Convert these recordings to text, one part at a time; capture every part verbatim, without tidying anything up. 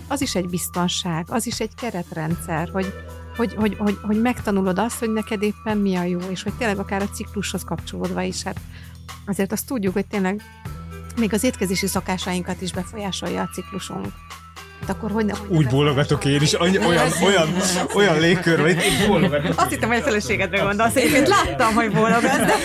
az is egy biztonság, az is egy keretrendszer, hogy, hogy, hogy, hogy, hogy megtanulod azt, hogy neked éppen mi a jó, és hogy tényleg akár a ciklushoz kapcsolódva is. Hát azért azt tudjuk, hogy tényleg még az étkezési szokásainkat is befolyásolja a ciklusunk. Hát akkor hogy ne, hogy úgy bólogatok én is, olyan, olyan, olyan, olyan légkör, hogy én bólogatok. Azt hittem, hogy a feleségedre gondolsz, egyébként láttam, hogy bólogatsz, de...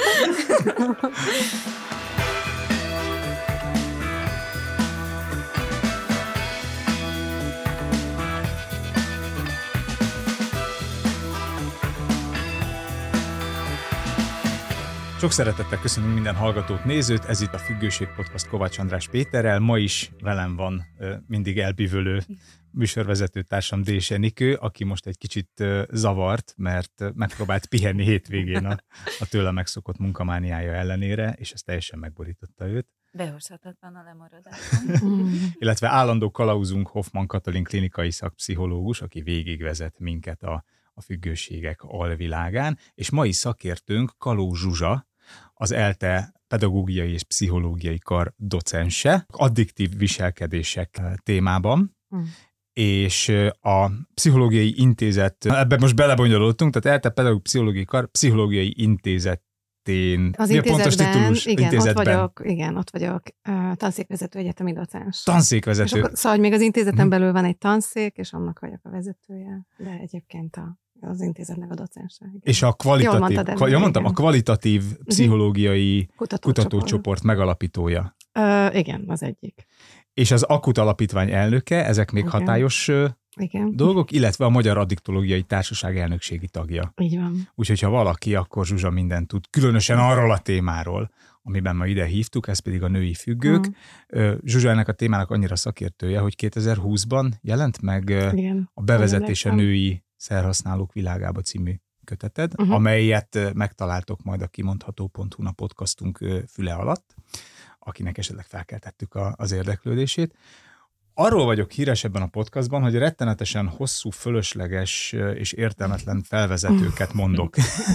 Sok szeretettel köszönünk minden hallgatót, nézőt, ez itt a Függőség Podcast Kovács András Péterrel. Ma is velem van mindig elbűvölő műsorvezető társam Dése Nikő, aki most egy kicsit zavart, mert megpróbált pihenni hétvégén a, a tőle megszokott munkamániája ellenére, és ez teljesen megborította őt. Behozhatatlan a lemaradás. Illetve állandó kalauzunk Hoffman Katalin klinikai szakpszichológus, aki végigvezet minket a, a függőségek alvilágán, és mai szakértőnk Kaló Zsuzsa, az ELTE pedagógiai és pszichológiai kar docense, addiktív viselkedések témában, mm. és a pszichológiai intézet, ebben most belebonyolultunk, tehát ELTE pedagógiai pszichológiai kar pszichológiai intézetén, az mi a pontos titulus? Igen, intézetben. Ott vagyok, igen, ott vagyok, uh, tanszékvezető egyetemi docens. Tanszékvezető. Akkor, szóval, hogy még az intézeten belül van egy tanszék, és annak vagyok a vezetője, de egyébként a az intézetnek a docense. És a kvalitatív, mondtad, kval, ja, mondtam, a kvalitatív pszichológiai kutatócsoport, kutatócsoport megalapítója. Uh, igen, az egyik. És az Akut Alapítvány elnöke, ezek még igen. hatályos igen. dolgok, illetve a Magyar Addiktológiai Társaság elnökségi tagja. Így van. Úgyhogy ha valaki, akkor Zsuzsa mindent tud, különösen arról a témáról, amiben ma ide hívtuk, ez pedig a női függők. Mm. Zsuzsa ennek a témának annyira szakértője, hogy kétezer-húszban jelent meg igen. a Bevezetés a női szerhasználók világába című köteted, uh-huh. amelyet megtaláltok majd a kimondható pont hu a podcastunk füle alatt, akinek esetleg felkeltettük a, az érdeklődését. Arról vagyok híres ebben a podcastban, hogy rettenetesen hosszú, fölösleges és értelmetlen felvezetőket mondok.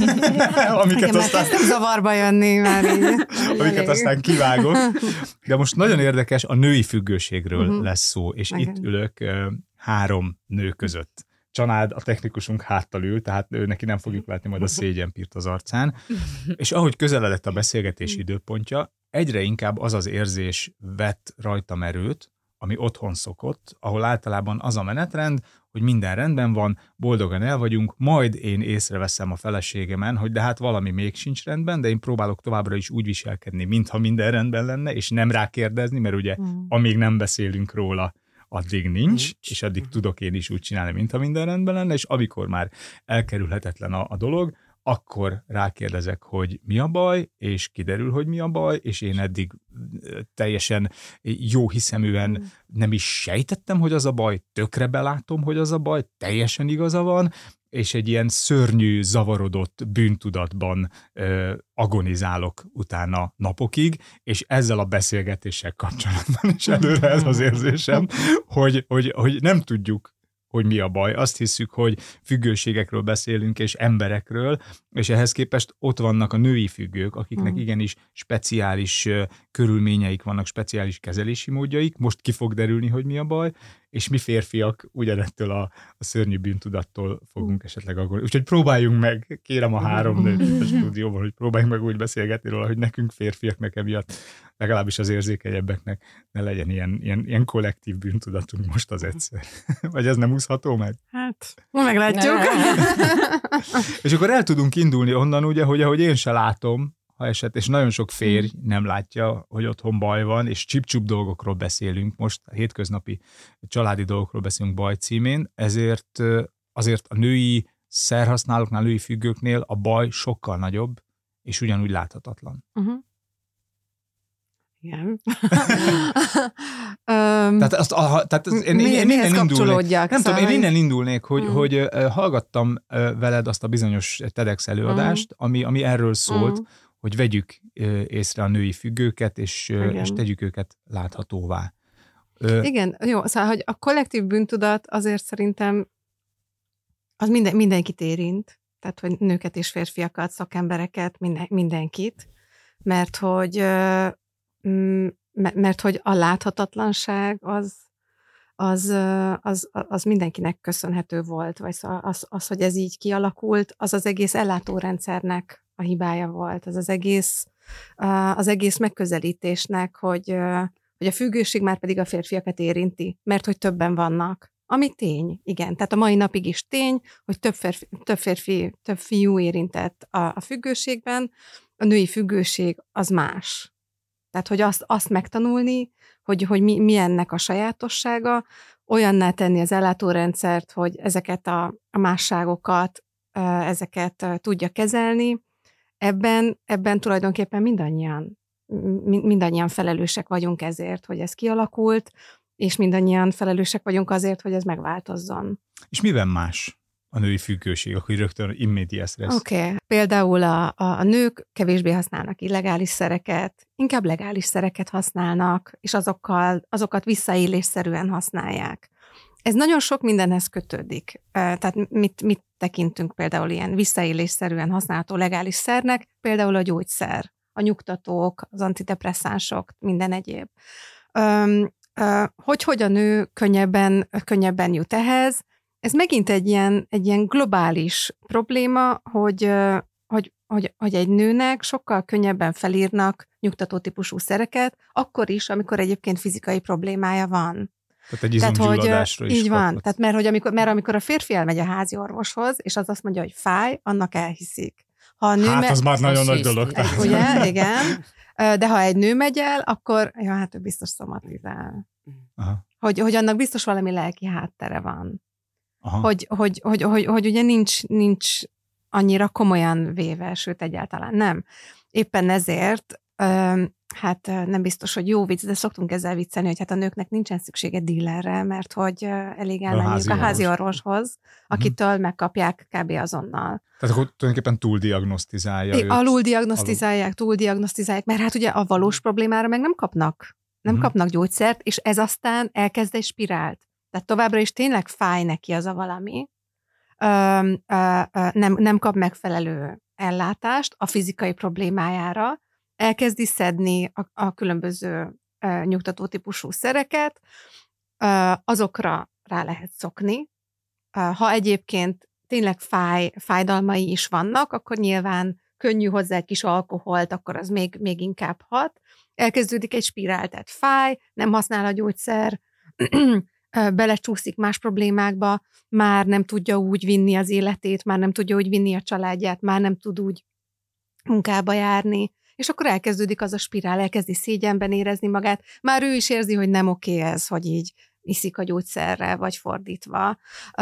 amiket aztán zavarba jönni már így. amiket aztán kivágok. De most nagyon érdekes, a női függőségről uh-huh. lesz szó, és igen. itt ülök három nő között. Csanád, a technikusunk háttal ül, tehát ő neki nem fogjuk látni majd a szégyenpírt az arcán. És ahogy közeledett a beszélgetés időpontja, egyre inkább az az érzés vett rajtam erőt, ami otthon szokott, ahol általában az a menetrend, hogy minden rendben van, boldogan el vagyunk, majd én észreveszem a feleségemen, hogy de hát valami még sincs rendben, de én próbálok továbbra is úgy viselkedni, mintha minden rendben lenne, és nem rákérdezni, mert ugye mm. amíg nem beszélünk róla, addig nincs, nincs, és addig tudok én is úgy csinálni, mintha minden rendben lenne, és amikor már elkerülhetetlen a, a dolog, akkor rákérdezek, hogy mi a baj, és kiderül, hogy mi a baj, és én eddig teljesen jó hiszeműen nem is sejtettem, hogy az a baj, tökre belátom, hogy az a baj, teljesen igaza van, és egy ilyen szörnyű, zavarodott bűntudatban ö, agonizálok utána napokig, és ezzel a beszélgetéssel kapcsolatban is előre ez az érzésem, hogy, hogy, hogy nem tudjuk, hogy mi a baj. Azt hiszük, hogy függőségekről beszélünk, és emberekről, és ehhez képest ott vannak a női függők, akiknek mm. igenis speciális uh, körülményeik vannak, speciális kezelési módjaik. Most ki fog derülni, hogy mi a baj, és mi férfiak ugyanettől a, a szörnyű bűntudattól fogunk mm. esetleg aggódni. Úgyhogy próbáljunk meg, kérem a három nőt a stúdióban, hogy próbáljunk meg úgy beszélgetni róla, hogy nekünk férfiaknak emiatt, legalábbis az érzékenyebbeknek ne legyen ilyen, ilyen, ilyen kollektív bűntudatunk most az egyszer. Vagy ez nem úszható meg? Hát, meglátjuk. És akkor el tudunk indulni onnan, ugye, hogy ahogy én se látom, ha eset, és nagyon sok férj nem látja, hogy otthon baj van, és csip-csup dolgokról beszélünk, most a hétköznapi családi dolgokról beszélünk baj címén, ezért azért a női szerhasználóknál, női függőknél a baj sokkal nagyobb, és ugyanúgy láthatatlan. Uh-huh. Igen. tehát azt, a, tehát az, én, mi, én innen indulnék, nem szóval tudom, én innen indulnék, hogy, mm. hogy uh, hallgattam uh, veled azt a bizonyos TEDx előadást, mm. ami, ami erről szólt, mm. hogy vegyük uh, észre a női függőket, és, uh, és tegyük őket láthatóvá. Uh, Igen, jó, szóval, hogy a kollektív bűntudat azért szerintem az minden, mindenkit érint, tehát, hogy nőket és férfiakat, szakembereket, minden, mindenkit, mert hogy uh, mert hogy a láthatatlanság az, az, az, az mindenkinek köszönhető volt, vagy az, az, hogy ez így kialakult, az az egész ellátórendszernek a hibája volt, az az egész, az egész megközelítésnek, hogy, hogy a függőség már pedig a férfiakat érinti, mert hogy többen vannak. Ami tény, igen. Tehát a mai napig is tény, hogy több férfi, több, férfi, több fiú érintett a, a függőségben, a női függőség az más. Tehát, hogy azt, azt megtanulni, hogy, hogy mi, mi ennek a sajátossága, olyanná tenni az ellátórendszert, hogy ezeket a, a másságokat, ezeket tudja kezelni, ebben, ebben tulajdonképpen mindannyian, mindannyian felelősek vagyunk ezért, hogy ez kialakult, és mindannyian felelősek vagyunk azért, hogy ez megváltozzon. És miben más a női függőség, akkor rögtön immediate lesz? Oké. Okay. Például a, a, a nők kevésbé használnak illegális szereket, inkább legális szereket használnak, és azokkal, azokat visszaélésszerűen használják. Ez nagyon sok mindenhez kötődik. Tehát mit, mit tekintünk például ilyen visszaélésszerűen használható legális szernek? Például a gyógyszer, a nyugtatók, az antidepresszánsok, minden egyéb. Hogy, hogy a nő könnyebben, könnyebben jut ehhez? Ez megint egy ilyen, egy ilyen globális probléma, hogy, hogy, hogy, hogy egy nőnek sokkal könnyebben felírnak nyugtató típusú szereket, akkor is, amikor egyébként fizikai problémája van. Tehát egy izomgyulladásra is így van. kapott. Tehát mert, hogy amikor, mert amikor a férfi elmegy a házi orvoshoz, és az azt mondja, hogy fáj, annak elhiszik. Ha a nő hát me- az már nagyon nagy dolog. Egy, ugye? Igen. De ha egy nő megy el, akkor ja, hát ő biztos szomatizál. Aha. Hogy, hogy annak biztos valami lelki háttere van. Hogy, hogy, hogy, hogy, hogy ugye nincs, nincs annyira komolyan véve, sőt egyáltalán nem. Éppen ezért, hát nem biztos, hogy jó vicc, de szoktunk ezzel viccelni, hogy hát a nőknek nincsen szüksége dílerre, mert hogy elég elmenniük a házi orvoshoz, akitől uh-huh. megkapják kb. Azonnal. Tehát akkor tulajdonképpen túldiagnosztizálja. Alul diagnosztizálják, túl diagnosztizálják, mert hát ugye a valós problémára meg nem kapnak. Nem uh-huh. kapnak gyógyszert, és ez aztán elkezd egy spirált. Tehát továbbra is tényleg fáj neki az a valami, ö, ö, ö, nem, nem kap megfelelő ellátást a fizikai problémájára, elkezdi szedni a, a különböző ö, nyugtató típusú szereket, ö, azokra rá lehet szokni. Ö, ha egyébként tényleg fáj, fájdalmai is vannak, akkor nyilván könnyű hozzá egy kis alkoholt, akkor az még, még inkább hat. Elkezdődik egy spirál, tehát fáj, nem használ a gyógyszer, belecsúszik más problémákba, már nem tudja úgy vinni az életét, már nem tudja úgy vinni a családját, már nem tud úgy munkába járni, és akkor elkezdődik az a spirál, elkezdi szégyenben érezni magát, már ő is érzi, hogy nem oké ez, hogy így iszik a gyógyszerre, vagy fordítva.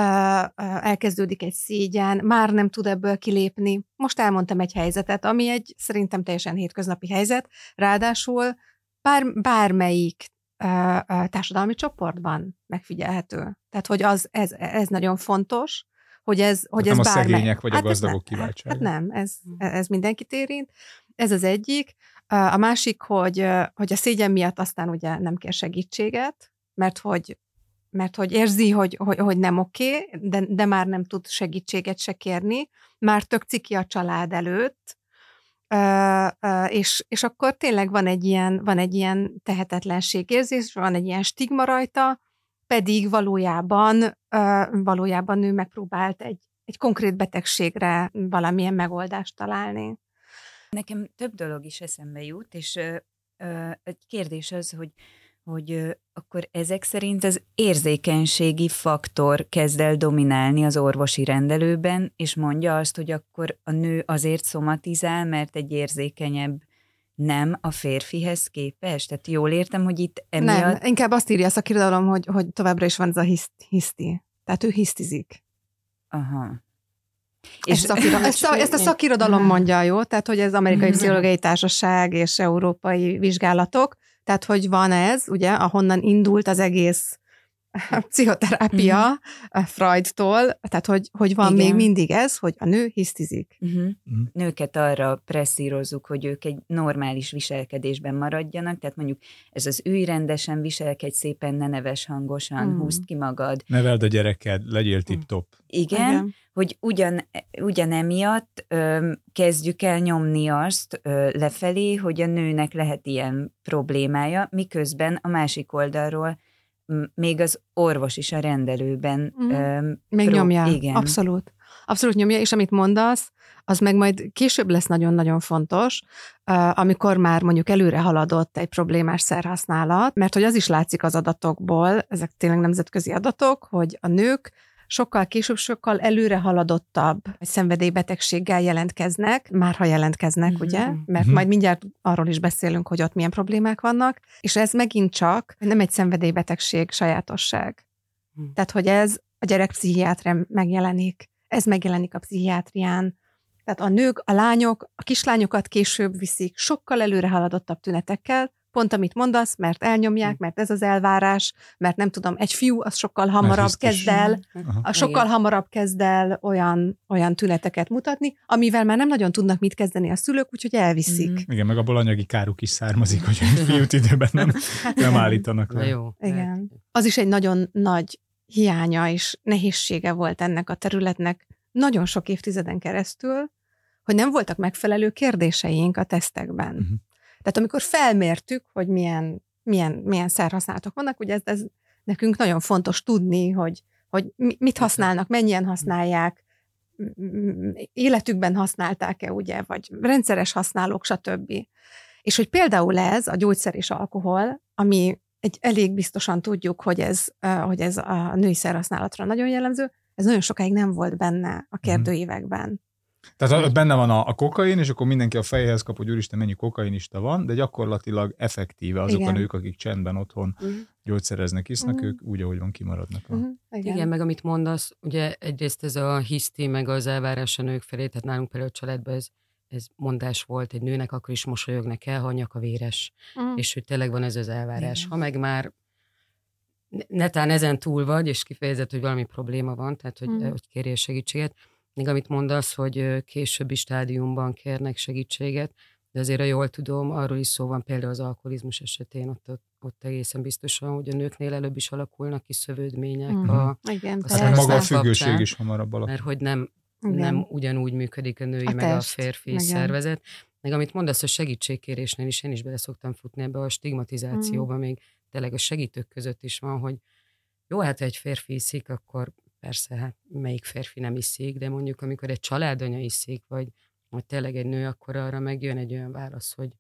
Elkezdődik egy szégyen, már nem tud ebből kilépni. Most elmondtam egy helyzetet, ami egy szerintem teljesen hétköznapi helyzet, ráadásul bár, bármelyik társadalmi csoportban megfigyelhető. Tehát, hogy az, ez, ez nagyon fontos, hogy ez, hogy ez nem bármely... a szegények vagy hát a gazdagok nem, kiváltsága. Hát nem, ez, ez mindenkit érint. Ez az egyik. A másik, hogy, hogy a szégyen miatt aztán ugye nem kér segítséget, mert hogy, mert hogy érzi, hogy, hogy, hogy nem oké, de, de már nem tud segítséget se kérni, már tök ciki a család előtt, Uh, uh, és, és akkor tényleg van egy ilyen, van egy ilyen tehetetlenségérzés, van egy ilyen stigma rajta, pedig valójában, uh, valójában ő megpróbált egy, egy konkrét betegségre valamilyen megoldást találni. Nekem több dolog is eszembe jut, és uh, uh, egy kérdés az, hogy hogy akkor ezek szerint az érzékenységi faktor kezd el dominálni az orvosi rendelőben, és mondja azt, hogy akkor a nő azért szomatizál, mert egy érzékenyebb nem a férfihez képest? Tehát jól értem, hogy itt emiatt... Nem, inkább azt írja a szakirodalom, hogy, hogy továbbra is van ez a hiszti. Tehát ő hisztizik. Aha. És ezt, szakira, ezt, a, ezt a szakirodalom mondja, jó? Tehát, hogy ez Amerikai Pszichológiai Társaság és európai vizsgálatok, tehát, hogy van ez, ugye, ahonnan indult az egész pszichoterápia uh-huh. Freudtól, tehát, hogy, hogy van igen. még mindig ez, hogy a nő hisztizik. Uh-huh. Uh-huh. Nőket arra presszírozzuk, hogy ők egy normális viselkedésben maradjanak, tehát mondjuk ez az ülj rendesen, viselkedj szépen, ne neves hangosan, uh-huh. húzd ki magad. Neveld a gyereked, legyél tip-top. Igen, igen. hogy ugyan, ugyan emiatt ö, kezdjük el nyomni azt ö, lefelé, hogy a nőnek lehet ilyen problémája, miközben a másik oldalról még az orvos is a rendelőben. Mm. Um, még prób- nyomja, igen. abszolút. Abszolút nyomja, és amit mondasz, az meg majd később lesz nagyon-nagyon fontos, amikor már mondjuk előre haladott egy problémás szerhasználat, mert hogy az is látszik az adatokból, ezek tényleg nemzetközi adatok, hogy a nők sokkal később, sokkal előre haladottabb egy szenvedélybetegséggel jelentkeznek, már ha jelentkeznek, mm-hmm. ugye? Mert mm-hmm. majd mindjárt arról is beszélünk, hogy ott milyen problémák vannak, és ez megint csak nem egy szenvedélybetegség sajátosság. Mm. Tehát, hogy ez a gyerekpszichiátrián megjelenik, ez megjelenik a pszichiátrián. Tehát a nők, a lányok, a kislányokat később viszik sokkal előre haladottabb tünetekkel, pont amit mondasz, mert elnyomják, mert ez az elvárás, mert nem tudom, egy fiú az sokkal hamarabb kezd el, a sokkal Igen. hamarabb kezd el olyan, olyan tüneteket mutatni, amivel már nem nagyon tudnak mit kezdeni a szülők, úgyhogy elviszik. Mm. Igen, meg abból anyagi káruk is származik, hogy egy fiút időben nem, hát nem állítanak le. Jó. Igen. Az is egy nagyon nagy hiánya és nehézsége volt ennek a területnek nagyon sok évtizeden keresztül, hogy nem voltak megfelelő kérdéseink a tesztekben. Uh-huh. Tehát amikor felmértük, hogy milyen, milyen, milyen szerhasználatok vannak, ugye ez, ez nekünk nagyon fontos tudni, hogy, hogy mit használnak, mennyien használják, életükben használták-e, ugye, vagy rendszeres használók, stb. És hogy például ez, a gyógyszer és alkohol, ami egy elég biztosan tudjuk, hogy ez, hogy ez a női szerhasználatra nagyon jellemző, ez nagyon sokáig nem volt benne a kérdőívekben. Tehát benne van a, a kokain, és akkor mindenki a fejéhez kap, hogy úristen, mennyi kokainista van, de gyakorlatilag effektíve azok Igen. a nők, akik csendben otthon uh-huh. gyógyszereznek, isznak, uh-huh. ők úgy, ahogy van, kimaradnak. A... Uh-huh. Igen. Igen, meg amit mondasz, ugye egyrészt ez a hiszti, meg az elvárás a nők felé, tehát nálunk például a családban ez, ez mondás volt, egy nőnek akkor is mosolyognak el, ha a nyaka véres, uh-huh. és hogy tényleg van ez az elvárás. Igen. Ha meg már netán ezen túl vagy, és kifejezett, hogy valami probléma van, tehát hogy, uh-huh. hogy kérjél segítséget, még amit mondasz, hogy későbbi stádiumban kérnek segítséget, de azért, ha jól tudom, arról is szó van például az alkoholizmus esetén, ott, ott, ott egészen biztosan, hogy a nőknél előbb is alakulnak ki szövődmények. Mm. A, Igen, a hát maga a függőség kapcsán, is hamarabb alakul. Mert hogy nem, nem ugyanúgy működik a női, a meg test. A férfi Igen. szervezet. Meg amit mondasz, a segítségkérésnél is én is bele szoktam futni ebbe a stigmatizációba, mm. még tényleg a segítők között is van, hogy jó, hát ha egy férfi iszik, akkor persze, hát melyik férfi nem iszik, de mondjuk amikor egy családanya iszik, vagy, vagy tényleg egy nő, akkor arra megjön egy olyan válasz, hogy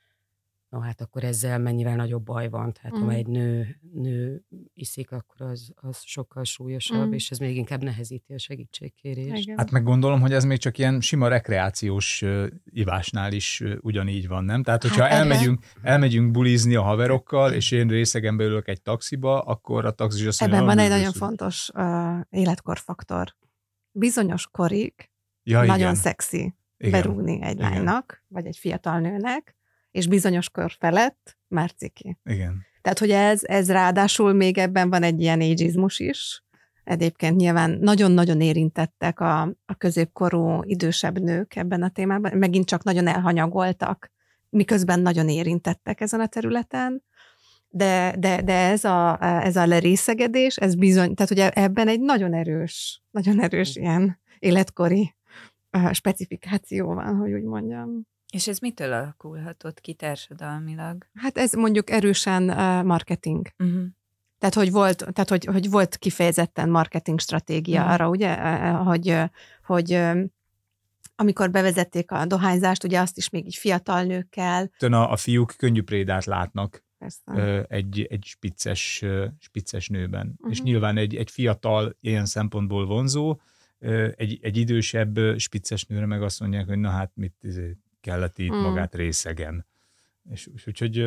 no hát akkor ezzel mennyivel nagyobb baj van. Tehát mm. ha egy nő, nő iszik, akkor az, az sokkal súlyosabb, mm. és ez még inkább nehezíti a segítségkérést. Hát meg gondolom, hogy ez még csak ilyen sima rekreációs uh, ivásnál is uh, ugyanígy van, nem? Tehát, hogyha hát elmegyünk, elmegyünk bulizni a haverokkal, és én részegen belülök egy taxiba, akkor a taxis azt mondja, ebben van egy nagyon fontos uh, életkorfaktor. Bizonyos korig ja, nagyon igen. szexi igen. berúgni egy igen. lánynak, vagy egy fiatal nőnek, és bizonyos kör felett már ciki. Igen. Tehát, hogy ez, ez ráadásul még ebben van egy ilyen ageizmus is. Egyébként nyilván nagyon-nagyon érintettek a, a középkorú idősebb nők ebben a témában. Megint csak nagyon elhanyagoltak, miközben nagyon érintettek ezen a területen. De, de, de ez, a, ez a lerészegedés, ez bizony, tehát ugye ebben egy nagyon erős, nagyon erős ilyen életkori uh, specifikáció van, hogy úgy mondjam. És ez mitől alakulhatott ki társadalmilag? Hát ez mondjuk erősen uh, marketing. Uh-huh. Tehát, hogy volt, tehát hogy, hogy volt kifejezetten marketing stratégia uh-huh. arra, ugye, uh, hogy, hogy uh, amikor bevezették a dohányzást, ugye azt is még így fiatal nőkkel. A, a fiúk könnyű prédát látnak uh, egy, egy spicces, uh, spicces nőben. Uh-huh. És nyilván egy, egy fiatal ilyen szempontból vonzó, uh, egy, egy idősebb spicces nőre meg azt mondják, hogy na hát mit kellett itt mm. magát részegen. És, és úgyhogy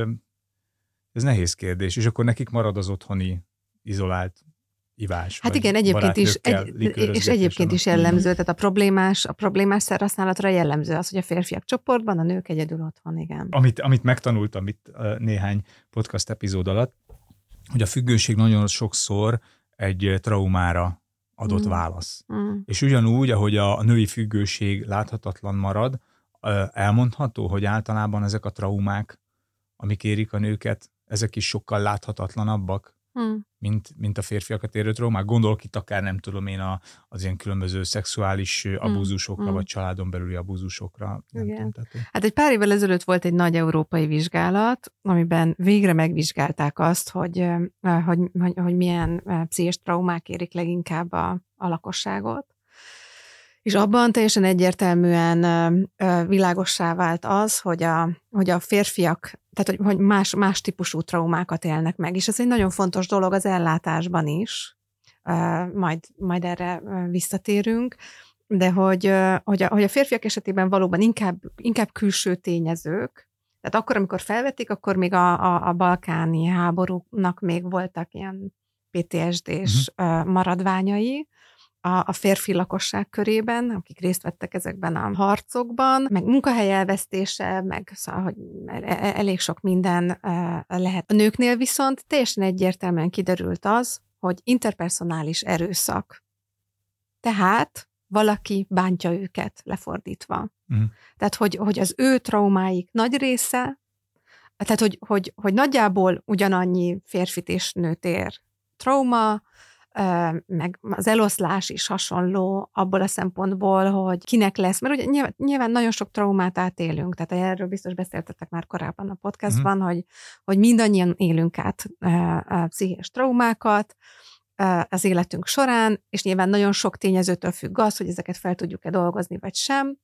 ez nehéz kérdés. És akkor nekik marad az otthoni izolált ivás. Hát igen, egyébként is, egy, és egyébként is jellemző, tehát a problémás, a problémás szerhasználatra jellemző az, hogy a férfiak csoportban, a nők egyedül otthon, igen. Amit, amit megtanultam itt néhány podcast epizód alatt, hogy a függőség nagyon sokszor egy traumára adott mm. válasz. Mm. És ugyanúgy, ahogy a női függőség láthatatlan marad, elmondható, hogy általában ezek a traumák, amik érik a nőket, ezek is sokkal láthatatlanabbak, hmm. mint, mint a férfiakat érő traumák. Gondolok itt akár nem tudom én a, az ilyen különböző szexuális abúzusokra, hmm. vagy családon belüli abúzusokra. Nem tudom, tehát, hát egy pár évvel ezelőtt volt egy nagy európai vizsgálat, amiben végre megvizsgálták azt, hogy, hogy, hogy, hogy milyen pszichés traumák érik leginkább a, a lakosságot. És abban teljesen egyértelműen ö, világossá vált az, hogy a, hogy a férfiak, tehát hogy, hogy más, más típusú traumákat élnek meg. És ez egy nagyon fontos dolog az ellátásban is, ö, majd, majd erre visszatérünk, de hogy, ö, hogy, a, hogy a férfiak esetében valóban inkább, inkább külső tényezők, tehát akkor, amikor felvették, akkor még a, a, a balkáni háborúnak még voltak ilyen pé té es dés uh-huh. maradványai, a férfi lakosság körében, akik részt vettek ezekben a harcokban, meg munkahely elvesztése, meg szóval, hogy elég sok minden lehet. A nőknél viszont teljesen egyértelműen kiderült az, hogy interpersonális erőszak. Tehát valaki bántja őket, lefordítva. Uh-huh. Tehát, hogy, hogy az ő traumáik nagy része, tehát, hogy, hogy, hogy nagyjából ugyanannyi férfit és nőt ér trauma, meg az eloszlás is hasonló abból a szempontból, hogy kinek lesz, mert ugye nyilván, nyilván nagyon sok traumát átélünk, tehát erről biztos beszéltetek már korábban a podcastban, uh-huh. hogy, hogy mindannyian élünk át a pszichés traumákat az életünk során, és nyilván nagyon sok tényezőtől függ az, hogy ezeket fel tudjuk-e dolgozni, vagy sem,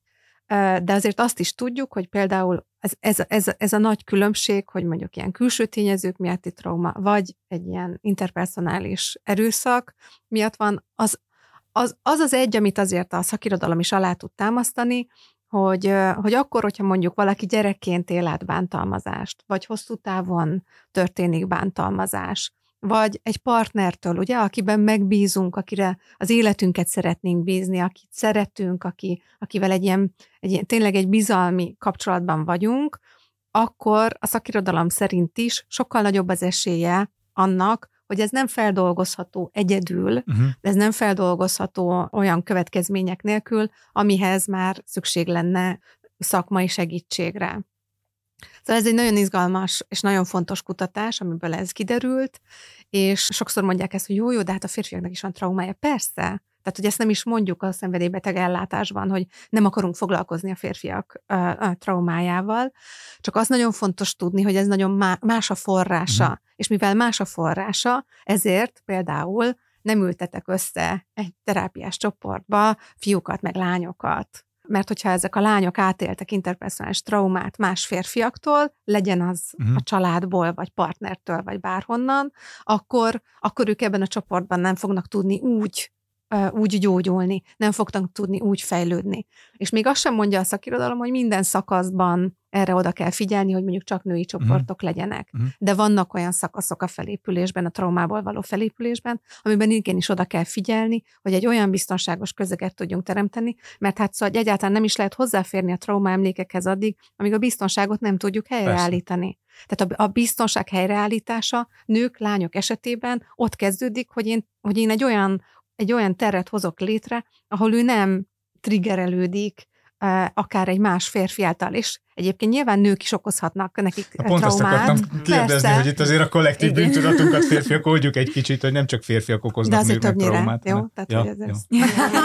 de azért azt is tudjuk, hogy például ez, ez, ez, ez a nagy különbség, hogy mondjuk ilyen külső tényezők miatti trauma, vagy egy ilyen interpersonális erőszak miatt van, az az, az az egy, amit azért a szakirodalom is alá tud támasztani, hogy, hogy akkor, hogyha mondjuk valaki gyerekként él át bántalmazást, vagy hosszú távon történik bántalmazás, vagy egy partnertől, ugye, akiben megbízunk, akire az életünket szeretnénk bízni, akit szeretünk, aki, akivel egy ilyen, egy ilyen, tényleg egy bizalmi kapcsolatban vagyunk, akkor a szakirodalom szerint is sokkal nagyobb az esélye annak, hogy ez nem feldolgozható egyedül, uh-huh. de ez nem feldolgozható olyan következmények nélkül, amihez már szükség lenne szakmai segítségre. Szóval ez egy nagyon izgalmas és nagyon fontos kutatás, amiből ez kiderült, és sokszor mondják ezt, hogy jó, jó, de hát a férfiaknak is van traumája. Persze, tehát hogy ezt nem is mondjuk a szenvedélybeteg ellátásban, hogy nem akarunk foglalkozni a férfiak uh, uh, traumájával, csak az nagyon fontos tudni, hogy ez nagyon má- más a forrása, uh-huh. és mivel más a forrása, ezért például nem ültetek össze egy terápiás csoportba fiúkat meg lányokat. Mert hogyha ezek a lányok átéltek interpersonális traumát más férfiaktól, legyen az uh-huh. a családból, vagy partnertől, vagy bárhonnan, akkor, akkor ők ebben a csoportban nem fognak tudni úgy, uh, úgy gyógyulni, nem fognak tudni úgy fejlődni. És még azt sem mondja a szakirodalom, hogy minden szakaszban erre oda kell figyelni, hogy mondjuk csak női csoportok uh-huh. legyenek. Uh-huh. De vannak olyan szakaszok a felépülésben, a traumából való felépülésben, amiben igenis oda kell figyelni, hogy egy olyan biztonságos közeget tudjunk teremteni, mert hát szóval egyáltalán nem is lehet hozzáférni a trauma emlékekhez addig, amíg a biztonságot nem tudjuk helyreállítani. Persze. Tehát a, a biztonság helyreállítása nők, lányok esetében ott kezdődik, hogy én, hogy én egy olyan, egy olyan teret hozok létre, ahol ő nem triggerelődik, akár egy más férfi által is. Egyébként nyilván nők is okozhatnak nekik Na, pont traumát. Pont ezt akartam kérdezni, Persze. hogy itt azért a kollektív bűntudatunkat férfiak oldjuk egy kicsit, hogy nem csak férfiak okoznak nőknek traumát. Jó, tehát ja, hogy ez ja. ez.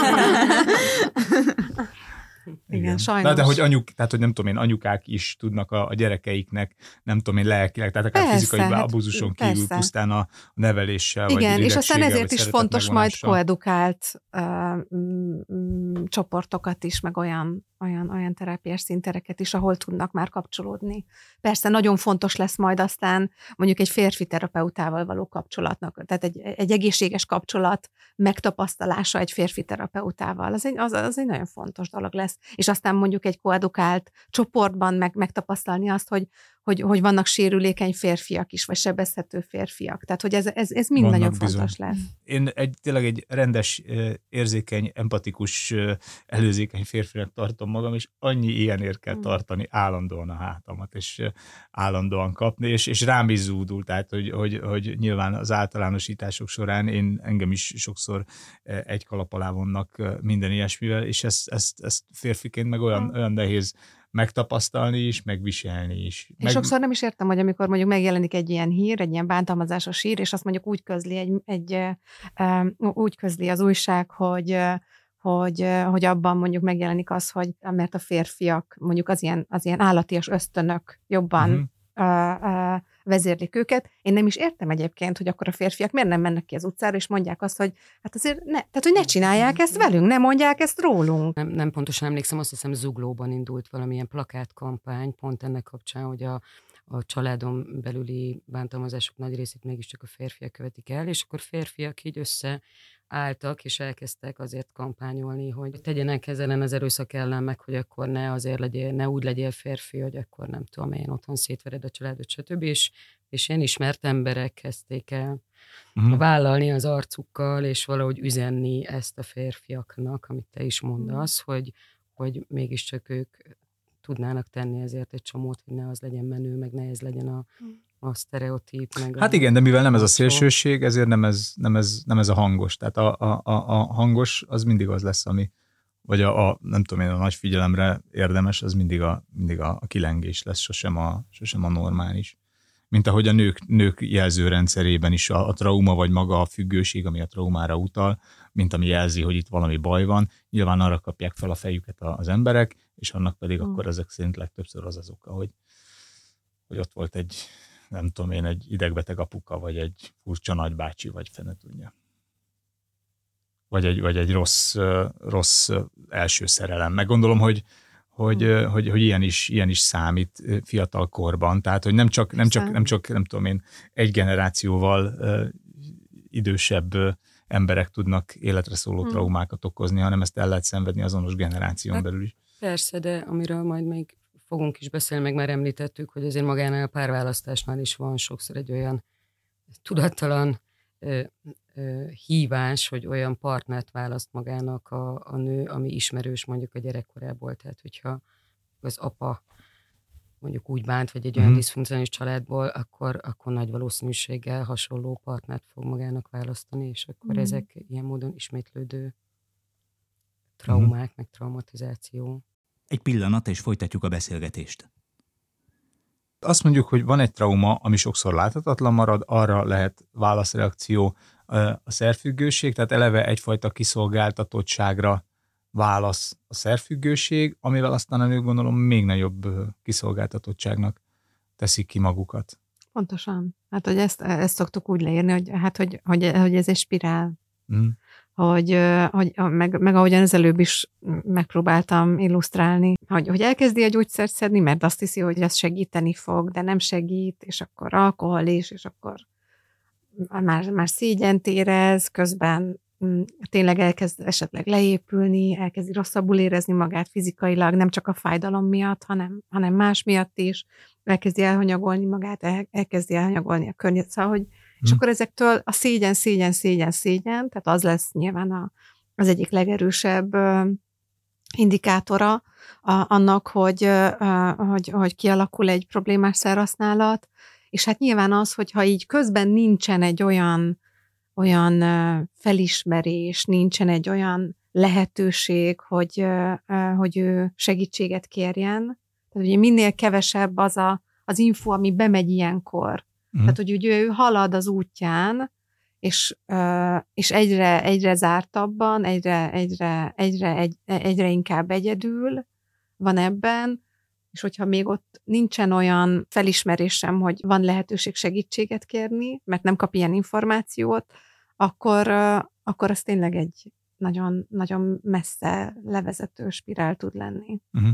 Igen, Igen, sajnos. Na, de hogy anyuk, tehát hogy nem tudom én, anyukák is tudnak a, a gyerekeiknek, nem tudom én, lelkileg, tehát akár persze, fizikai hát, abúzuson kívül persze. Pusztán a neveléssel, igen, vagy és aztán ezért is fontos majd megvonással. koedukált uh, m- m- csoportokat is, meg olyan, olyan, olyan terápiás színtereket is, ahol tudnak már kapcsolódni. Persze nagyon fontos lesz majd aztán mondjuk egy férfi terapeutával való kapcsolatnak, tehát egy, egy egészséges kapcsolat megtapasztalása egy férfi terapeutával. Az egy, az, az egy nagyon fontos dolog lesz. És aztán mondjuk egy koedukált csoportban meg, megtapasztalni azt, hogy, hogy, hogy vannak sérülékeny férfiak is, vagy sebezhető férfiak. Tehát, hogy ez, ez, ez mind vannak nagyon bizony. Fontos lesz. Én egy, tényleg egy rendes, érzékeny, empatikus, előzékeny férfinek tartom magam, és annyi ilyenért kell tartani állandóan a hátamat, és állandóan kapni, és, és rám is zúdul, tehát, hogy, hogy, hogy nyilván az általánosítások során én engem is sokszor egy kalap alá vonnak minden ilyesmivel, és ezt, ezt, ezt férfiként meg olyan, olyan nehéz megtapasztalni is, megviselni is. Én meg... sokszor nem is értem, hogy amikor mondjuk megjelenik egy ilyen hír, egy ilyen bántalmazásos hír, és azt mondjuk úgy közli, egy, egy, úgy közli az újság, hogy Hogy, hogy abban mondjuk megjelenik az, hogy mert a férfiak mondjuk az ilyen, az ilyen állatias ösztönök jobban uh-huh. uh, uh, vezérlik őket. Én nem is értem egyébként, hogy akkor a férfiak miért nem mennek ki az utcára, és mondják azt, hogy hát azért ne, tehát, hogy ne csinálják ezt velünk, ne mondják ezt rólunk. Nem, nem pontosan emlékszem, azt hiszem Zuglóban indult valamilyen plakátkampány, pont ennek kapcsán, hogy a a családon belüli bántalmazások nagy részét mégiscsak a férfiak követik el, és akkor férfiak így összeálltak, és elkezdtek azért kampányolni, hogy tegyenek ez ellen az erőszak ellen, meg hogy akkor ne azért legyél, ne úgy legyél férfi, hogy akkor nem tudom, melyen otthon szétvered a családot, stb. És, és ilyen ismert emberek kezdték el uh-huh. vállalni az arcukkal, és valahogy üzenni ezt a férfiaknak, amit te is mondasz, uh-huh. hogy, hogy mégiscsak ők tudnának tenni ezért egy csomót, hogy ne az legyen menő, meg ne ez legyen a, a sztereotíp. Meg hát a, igen, de mivel nem ez a szélsőség, ezért nem ez, nem ez, nem ez a hangos. Tehát a, a, a, a hangos az mindig az lesz, ami, vagy a, a nem tudom én, a nagy figyelemre érdemes, az mindig a, mindig a, a kilengés lesz, sosem a, sosem a normális. Mint ahogy a nők, nők jelzőrendszerében is a, a trauma, vagy maga a függőség, ami a traumára utal, mint ami jelzi, hogy itt valami baj van. Nyilván arra kapják fel a fejüket az emberek, és annak pedig mm. akkor ezek szerint legtöbbször az az oka, hogy, hogy ott volt egy, nem tudom én, egy idegbeteg apuka, vagy egy furcsa nagybácsi, vagy fene tudja. Vagy egy, vagy egy rossz, rossz első szerelem. Meg gondolom, hogy Hogy, hmm. hogy, hogy ilyen, is, ilyen is számít fiatal korban. Tehát, hogy nem csak, nem csak, nem, csak nem tudom én, egy generációval uh, idősebb uh, emberek tudnak életre szóló hmm. traumákat okozni, hanem ezt el lehet szenvedni azonos generáción hát, belül is. Persze, de amiről majd még fogunk is beszélni, meg már említettük, hogy azért magánál a párválasztásnál is van sokszor egy olyan tudattalan uh, hívás, hogy olyan partnert választ magának a, a nő, ami ismerős mondjuk a gyerekkorából. Tehát, hogyha az apa mondjuk úgy bánt, vagy egy olyan mm. diszfunkcionális családból, akkor, akkor nagy valószínűséggel hasonló partnert fog magának választani, és akkor mm. ezek ilyen módon ismétlődő traumák, mm. meg traumatizáció. Egy pillanat, és folytatjuk a beszélgetést. Azt mondjuk, hogy van egy trauma, ami sokszor láthatatlan marad, arra lehet válaszreakció a szerfüggőség, tehát eleve egyfajta kiszolgáltatottságra válasz a szerfüggőség, amivel aztán a nők gondolom még nagyobb kiszolgáltatottságnak teszik ki magukat. Pontosan. Hát, hogy ezt, ezt szoktuk úgy leírni, hogy, hát, hogy, hogy, hogy ez egy spirál. Mm. Hogy, hogy meg, meg ahogyan az előbb is megpróbáltam illusztrálni, hogy, hogy elkezdi a gyógyszert szedni, mert azt hiszi, hogy ez segíteni fog, de nem segít, és akkor alkohol is, és akkor már, már szégyent érez, közben m, tényleg elkezd esetleg leépülni, elkezdi rosszabbul érezni magát fizikailag, nem csak a fájdalom miatt, hanem, hanem más miatt is, elkezdi elhanyagolni magát, el, elkezdi elhanyagolni a környezetet, szóval, hogy és akkor ezektől a szégyen, szégyen, szégyen, szégyen, tehát az lesz nyilván a, az egyik legerősebb uh, indikátora a, annak, hogy, uh, hogy, hogy kialakul egy problémás szerhasználat, és hát nyilván az, hogyha így közben nincsen egy olyan, olyan uh, felismerés, nincsen egy olyan lehetőség, hogy, uh, uh, hogy ő segítséget kérjen, tehát ugye minél kevesebb az a, az info, ami bemegy ilyenkor. Mm. Tehát, hogy ugye ő halad az útján, és, uh, és egyre, egyre zártabban, egyre, egyre, egyre, egy, egyre inkább egyedül van ebben, és hogyha még ott nincsen olyan felismerésem, hogy van lehetőség segítséget kérni, mert nem kap ilyen információt, akkor, uh, akkor az tényleg egy nagyon, nagyon messze levezető spirál tud lenni. Mm.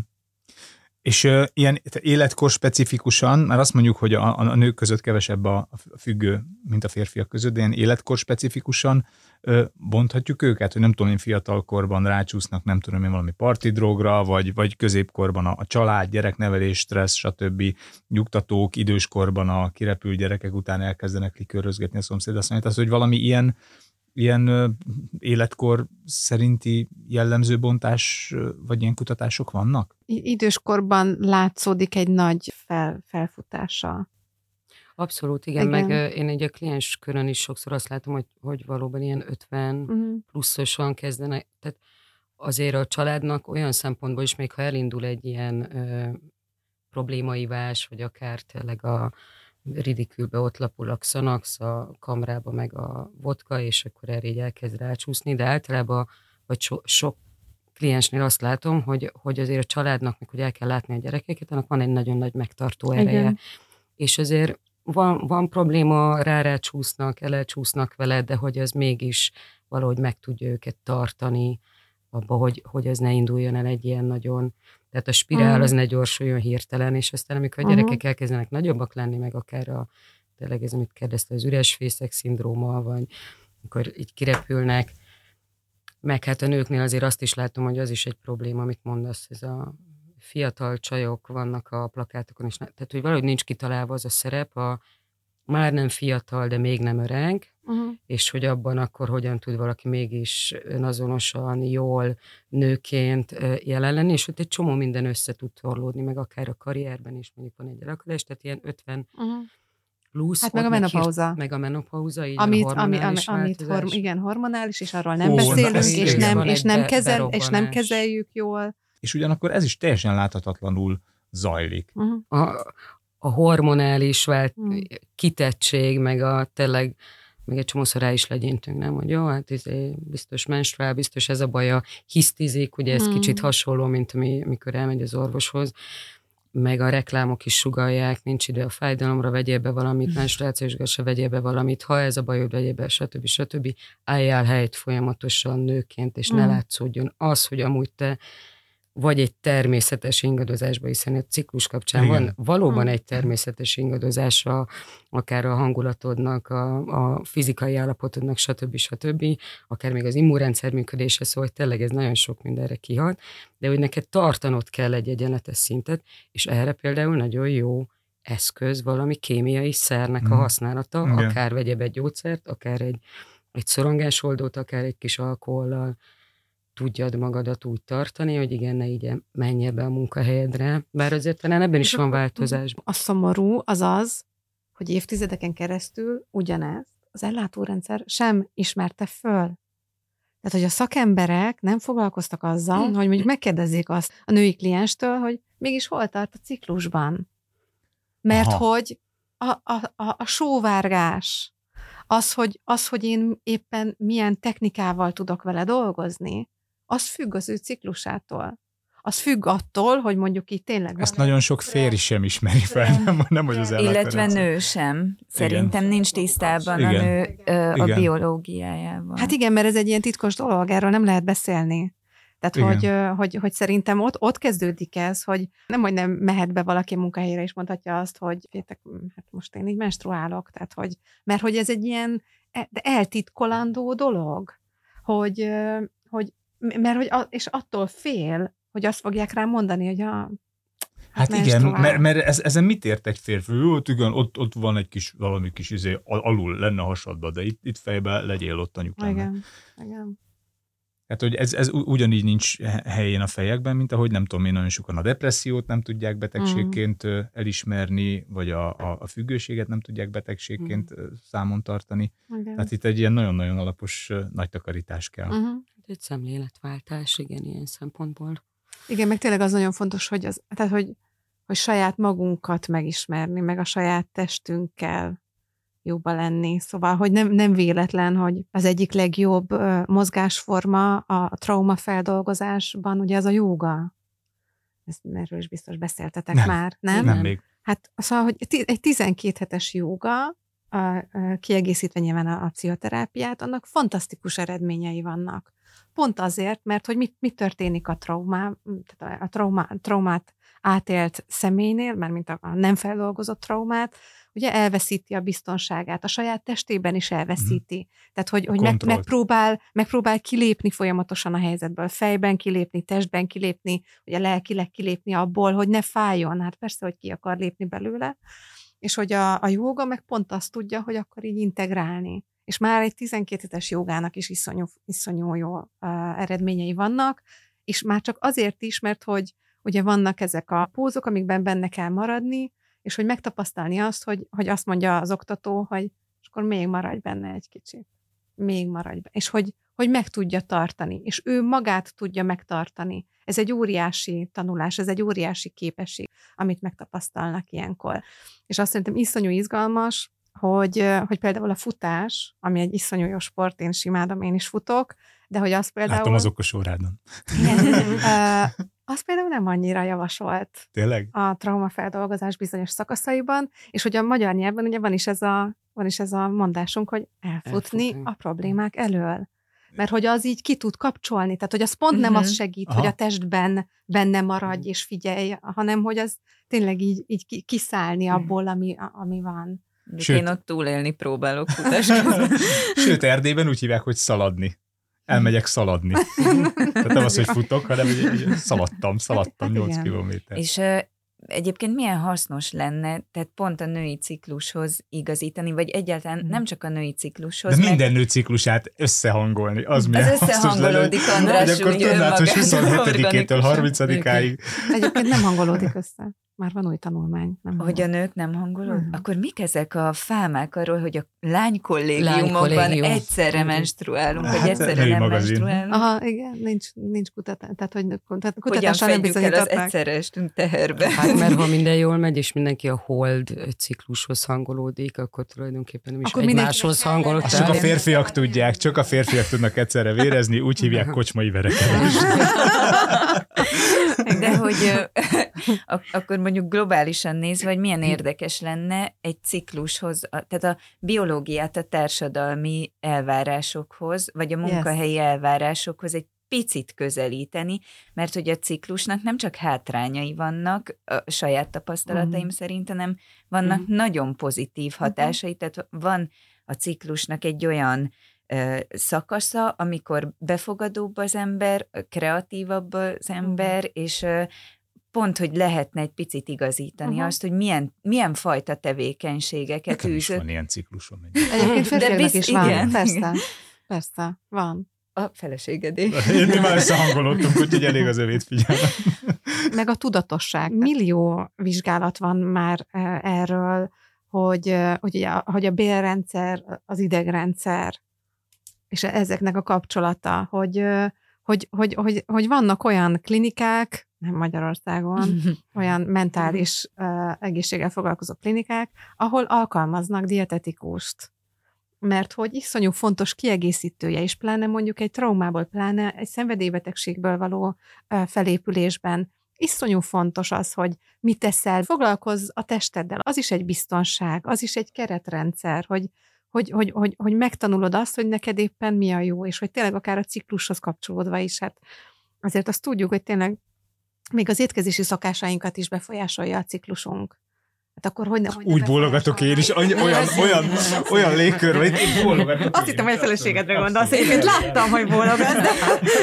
És uh, ilyen életkor specifikusan, mert azt mondjuk, hogy a, a nők között kevesebb a, a függő, mint a férfiak között, de ilyen életkor specifikusan uh, bonthatjuk őket, hogy nem tudom, én fiatalkorban rácsúsznak, nem tudom én valami partidrogra, vagy, vagy középkorban a, a család, gyereknevelés, stressz, stb. Nyugtatók, időskorban a kirepült gyerekek után elkezdenek likőrözgetni a szomszéd. Azt mondja, hogy valami ilyen ilyen ö, életkor szerinti jellemző bontás, vagy ilyen kutatások vannak? Időskorban látszódik egy nagy fel, felfutása. Abszolút, igen, igen. Meg én egy a kliens körön is sokszor azt látom, hogy, hogy valóban ilyen ötven uh-huh. pluszosan kezdenek, tehát azért a családnak olyan szempontból is, még ha elindul egy ilyen ö, problémaivás, vagy akár tényleg a ridikülbe ott lapul a Xanax, a kamrába meg a vodka, és akkor erre így elkezd rácsúszni, de általában, vagy so, sok kliensnél azt látom, hogy, hogy azért a családnak, meg hogy el kell látni a gyerekeket, annak van egy nagyon nagy megtartó ereje. Igen. És azért van, van probléma, rá-rácsúsznak, elcsúsznak vele, de hogy az mégis valahogy meg tudja őket tartani abba, hogy, hogy ez ne induljon el egy ilyen nagyon, tehát a spirál az ne gyorsuljon hirtelen, és aztán amikor a gyerekek uh-huh. elkezdenek nagyobbak lenni, meg akár a, tényleg ez, amit kérdezte, az üres fészek szindróma, vagy amikor így kirepülnek, meg hát a nőknél azért azt is látom, hogy az is egy probléma, amit mondasz, ez a fiatal csajok vannak a plakátokon, és ne, tehát hogy valahogy nincs kitalálva az a szerep, a már nem fiatal, de még nem öreg, uh-huh. és hogy abban akkor hogyan tud valaki mégis önazonosan, jól nőként jelen lenni, és ott egy csomó minden össze tud torlódni, meg akár a karrierben is mondjuk van egy elakadás, tehát ilyen ötven uh-huh. plusz. Hát meg a menopauza. Meg, meg a menopauza, így amit, a hormonális ami, amit horm, igen, hormonális, és arról nem Ó, beszélünk, és, és, nem, és, nem kezel, és nem kezeljük jól. És ugyanakkor ez is teljesen láthatatlanul zajlik. Uh-huh. A, a hormonális vált uh-huh. kitettség, meg a tényleg, meg egy csomószor rá is legyintünk, nem? Hogy jó, hát izé, biztos menstruál, biztos ez a baja, hisztizik, ugye ez uh-huh. kicsit hasonló, mint ami, amikor elmegy az orvoshoz, meg a reklámok is sugallják, nincs idő a fájdalomra, vegyél be valamit, menstruációsra se vegyél be valamit, ha ez a bajod, vegyél be, stb. stb. Álljál helyt folyamatosan nőként, és mm. ne látszódjon az, hogy amúgy te vagy egy természetes ingadozásba, hiszen a ciklus kapcsán Igen. van valóban egy természetes ingadozása, akár a hangulatodnak, a, a fizikai állapotodnak, stb. stb., akár még az immunrendszer működése, szóval tényleg ez nagyon sok mindenre kihat, de hogy neked tartanod kell egy egyenletes szintet, és erre például nagyon jó eszköz valami kémiai szernek a használata, Igen. akár vegye be egy gyógyszert, akár egy, egy szorongásoldót, akár egy kis alkohollal tudjad magadat úgy tartani, hogy igen, ne így menj be a munkahelyedre, bár azért talán ebben is van változás. A szomorú az az, hogy évtizedeken keresztül ugyanezt az ellátórendszer sem ismerte föl. Tehát, hogy a szakemberek nem foglalkoztak azzal, hogy mondjuk megkérdezzék azt a női klienstől, hogy mégis hol tart a ciklusban. Mert Aha. hogy a, a, a, a sóvárgás, az hogy, az, hogy én éppen milyen technikával tudok vele dolgozni, az függ az ő ciklusától. Az függ attól, hogy mondjuk itt tényleg... Ezt nagyon sok férj sem ismeri fel, nem, nem hogy az Illetve nő sem. Szerintem igen. nincs tisztában igen. a nő ö, a igen. biológiájával. Hát igen, mert ez egy ilyen titkos dolog, erről nem lehet beszélni. Tehát, hogy, hogy, hogy szerintem ott, ott kezdődik ez, hogy nem, hogy nem mehet be valaki munkahelyre, és mondhatja azt, hogy fétek, hát most én így menstruálok, tehát, hogy, mert hogy ez egy ilyen de eltitkolandó dolog, hogy, hogy mert hogy, és attól fél, hogy azt fogják rá mondani, hogy a Hát igen, mert, mert ez, ezen mit ért egy férfi? Jó, igen, ott, ott van egy kis, valami kis izé, alul lenne a hasadban, de itt, itt fejben legyél ott anyukának. Igen, igen. Hát, hogy ez, ez ugyanígy nincs helyén a fejekben, mint ahogy nem tudom én, nagyon sokan a depressziót nem tudják betegségként mm. elismerni, vagy a, a, a függőséget nem tudják betegségként mm. számon tartani. Igen. Tehát itt egy ilyen nagyon-nagyon alapos nagy takarítás kell. Mm-hmm. Egy szemléletváltás, igen, ilyen szempontból. Igen, meg tényleg az nagyon fontos, hogy, az, tehát, hogy, hogy saját magunkat megismerni, meg a saját testünkkel jóba lenni. Szóval, hogy nem, nem véletlen, hogy az egyik legjobb uh, mozgásforma a traumafeldolgozásban, ugye az a jóga. Ezt, erről is biztos beszéltetek nem. már, nem? Nem még. Hát szóval, hogy egy tizenkét hetes jóga, a, a, kiegészítve nyilván a, a pszichoterápiát, annak fantasztikus eredményei vannak. Pont azért, mert hogy mit, mit történik a traumá, tehát a trauma, traumát átélt személynél, mert mint a, a nem feldolgozott traumát, ugye elveszíti a biztonságát, a saját testében is elveszíti. Mm. Tehát, hogy, hogy meg, megpróbál, megpróbál kilépni folyamatosan a helyzetből, fejben kilépni, testben kilépni, ugye lelkileg kilépni abból, hogy ne fájjon. Hát persze, hogy ki akar lépni belőle. És hogy a, a jóga meg pont azt tudja, hogy akkor így integrálni. És már egy tizenkét hetes jogának is iszonyú, iszonyú jó uh, eredményei vannak, és már csak azért is, mert hogy ugye vannak ezek a pózok, amikben benne kell maradni, és hogy megtapasztalni azt, hogy, hogy azt mondja az oktató, hogy és akkor még maradj benne egy kicsit. még maradj be, és hogy, hogy meg tudja tartani, és ő magát tudja megtartani. Ez egy óriási tanulás, ez egy óriási képesség, amit megtapasztalnak ilyenkor. És azt szerintem iszonyú izgalmas, hogy, hogy például a futás, ami egy iszonyú jó sport, én is imádom, én is futok, de hogy az például... Látom az okos órádon. Igen, uh, az például nem annyira javasolt. Tényleg? A traumafeldolgozás bizonyos szakaszaiban, és hogy a magyar nyelvben ugye van is ez a, van is ez a mondásunk, hogy elfutni, elfutni a problémák elől. Mert hogy az így ki tud kapcsolni, tehát hogy az pont uh-huh. nem az segít, Aha. hogy a testben benne maradj és figyelj, hanem hogy az tényleg így, így kiszállni abból, ami, ami van. De Sőt, én ott túlélni próbálok futás közben. Sőt, Erdélyben úgy hívják, hogy szaladni. Elmegyek szaladni. Tehát nem az, hogy futok, hanem hogy szaladtam, szaladtam nyolc kilométer. És uh, egyébként milyen hasznos lenne, tehát pont a női ciklushoz igazítani, vagy egyáltalán nem csak a női ciklushoz. De minden nő ciklusát összehangolni. Az, az összehangolódik, András, hogy akkor tudnád, hogy huszonhetedikétől harmincadikáig. Egyébként nem hangolódik össze. Már van új tanulmány. Nem hogy a nők nem hangolódnak? Hmm. Akkor mik ezek a fámák arról, hogy a lánykollégiumokban egyszerre menstruálunk, hát, vagy egyszerre nem magazin. menstruálunk? Aha, igen, nincs, nincs kutatás. Tehát, hogy tehát kutatással nem bizonyították. Hogyan fedjük el az egyszerre estünk teherbe? Hát, mert ha minden jól megy, és mindenki a hold ciklushoz hangolódik, akkor tulajdonképpen nem is akkor egymáshoz hangolódik. Csak a férfiak tudják, csak a férfiak tudnak egyszerre vérezni, úgy hívják kocsmai verekedést. De hogy akkor mondjuk globálisan nézve, hogy milyen érdekes lenne egy ciklushoz, tehát a biológiát a társadalmi elvárásokhoz, vagy a munkahelyi yes. elvárásokhoz egy picit közelíteni, mert hogy a ciklusnak nem csak hátrányai vannak, a saját tapasztalataim mm. szerint, hanem vannak mm. nagyon pozitív hatásai, mm. tehát van a ciklusnak egy olyan ö, szakasza, amikor befogadóbb az ember, kreatívabb az ember, mm. és ö, pont, hogy lehetne egy picit igazítani uh-huh. azt, hogy milyen, milyen fajta tevékenységeket Nekem űzök. Is van ilyen ciklusom. Egyébként férfiaknak is van. Igen. Persze, persze, van. A feleségedé. Mi már összehangolódtunk, úgyhogy elég az övét figyelni. Meg a tudatosság. Millió vizsgálat van már erről, hogy, hogy, a, hogy a bélrendszer, az idegrendszer, és ezeknek a kapcsolata, hogy, hogy, hogy, hogy, hogy vannak olyan klinikák, nem Magyarországon, olyan mentális uh, egészséggel foglalkozó klinikák, ahol alkalmaznak dietetikust. Mert hogy iszonyú fontos kiegészítője, és pláne mondjuk egy traumából, pláne egy szenvedélybetegségből való uh, felépülésben iszonyú fontos az, hogy mit teszel, foglalkozz a testeddel. Az is egy biztonság, az is egy keretrendszer, hogy, hogy, hogy, hogy, hogy megtanulod azt, hogy neked éppen mi a jó, és hogy tényleg akár a ciklushoz kapcsolódva is. Hát azért azt tudjuk, hogy tényleg még az étkezési szokásainkat is befolyásolja a ciklusunk. Hát akkor hogy ne, hogy úgy bólogatok én is, olyan, olyan, olyan, olyan légkör, hogy én bólogatok. Azt hittem, hogy a feleségedre gondolsz, egyébként láttam, hogy bólogatsz. De...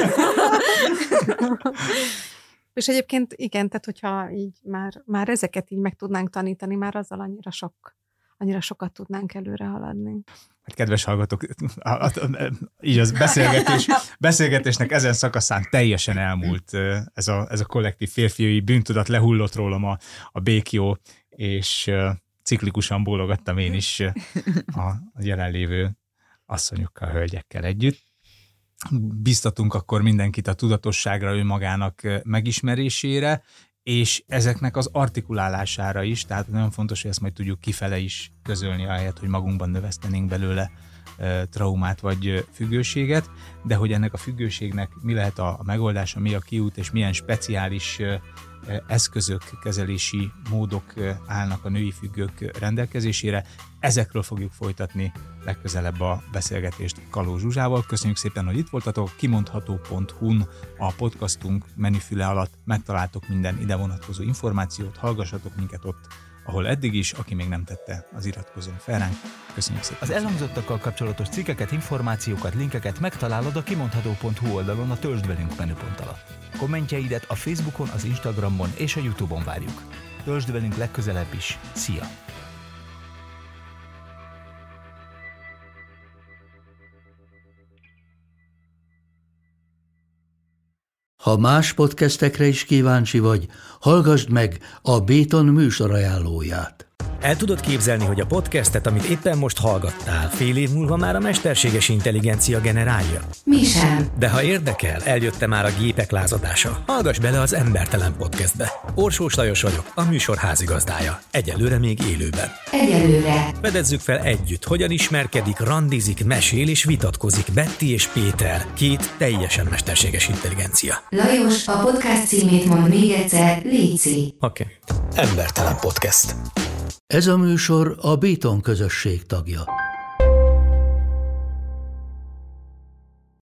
És egyébként igen, tehát hogyha így már, már ezeket így meg tudnánk tanítani, már azzal annyira sok, annyira sokat tudnánk előre haladni. Hát kedves hallgatók, így az beszélgetés, beszélgetésnek ezen szakaszán teljesen elmúlt ez a, ez a kollektív férfiai bűntudat, lehullott rólam a, a békjó, és ciklikusan bólogattam én is a, a jelenlévő asszonyokkal, hölgyekkel együtt. Biztatunk akkor mindenkit a tudatosságra, önmagának megismerésére, és ezeknek az artikulálására is, tehát nagyon fontos, hogy ezt majd tudjuk kifele is közölni, ahelyett, hogy magunkban növesztenénk belőle e, traumát vagy függőséget, de hogy ennek a függőségnek mi lehet a, a megoldása, mi a kiút, és milyen speciális e, eszközök, kezelési módok állnak a női függők rendelkezésére. Ezekről fogjuk folytatni legközelebb a beszélgetést Kalóz Zsuzsával. Köszönjük szépen, hogy itt voltatok. kimondható pont hu-n a podcastunk menüfüle alatt megtaláltok minden ide vonatkozó információt, hallgassatok minket ott, ahol eddig is, aki még nem tette, az iratkozzon fel ránk. Köszönjük szépen. Az elhangzottakkal kapcsolatos cikkeket, információkat, linkeket megtalálod a kimondható pont hu oldalon a Töltsd velünk menüpont alatt. Kommentjeidet a Facebookon, az Instagramon és a YouTube-on várjuk. Töltsd velünk legközelebb is. Szia! Ha más podcastekre is kíváncsi vagy, hallgassd meg a Béton műsor ajánlóját. El tudod képzelni, hogy a podcastet, amit éppen most hallgattál, fél év múlva már a mesterséges intelligencia generálja? Mi sem. De ha érdekel, eljötte már a gépek lázadása. Hallgass bele az Embertelen Podcastbe. Orsós Lajos vagyok, a műsor házigazdája. Egyelőre még élőben. Egyelőre. Fedezzük fel együtt, hogyan ismerkedik, randizik, mesél és vitatkozik Betty és Péter, két teljesen mesterséges intelligencia. Lajos, a podcast címét mond még egyszer, léci. Oké. Okay. Embertelen Podcast. Ez a műsor a Béton közösség tagja.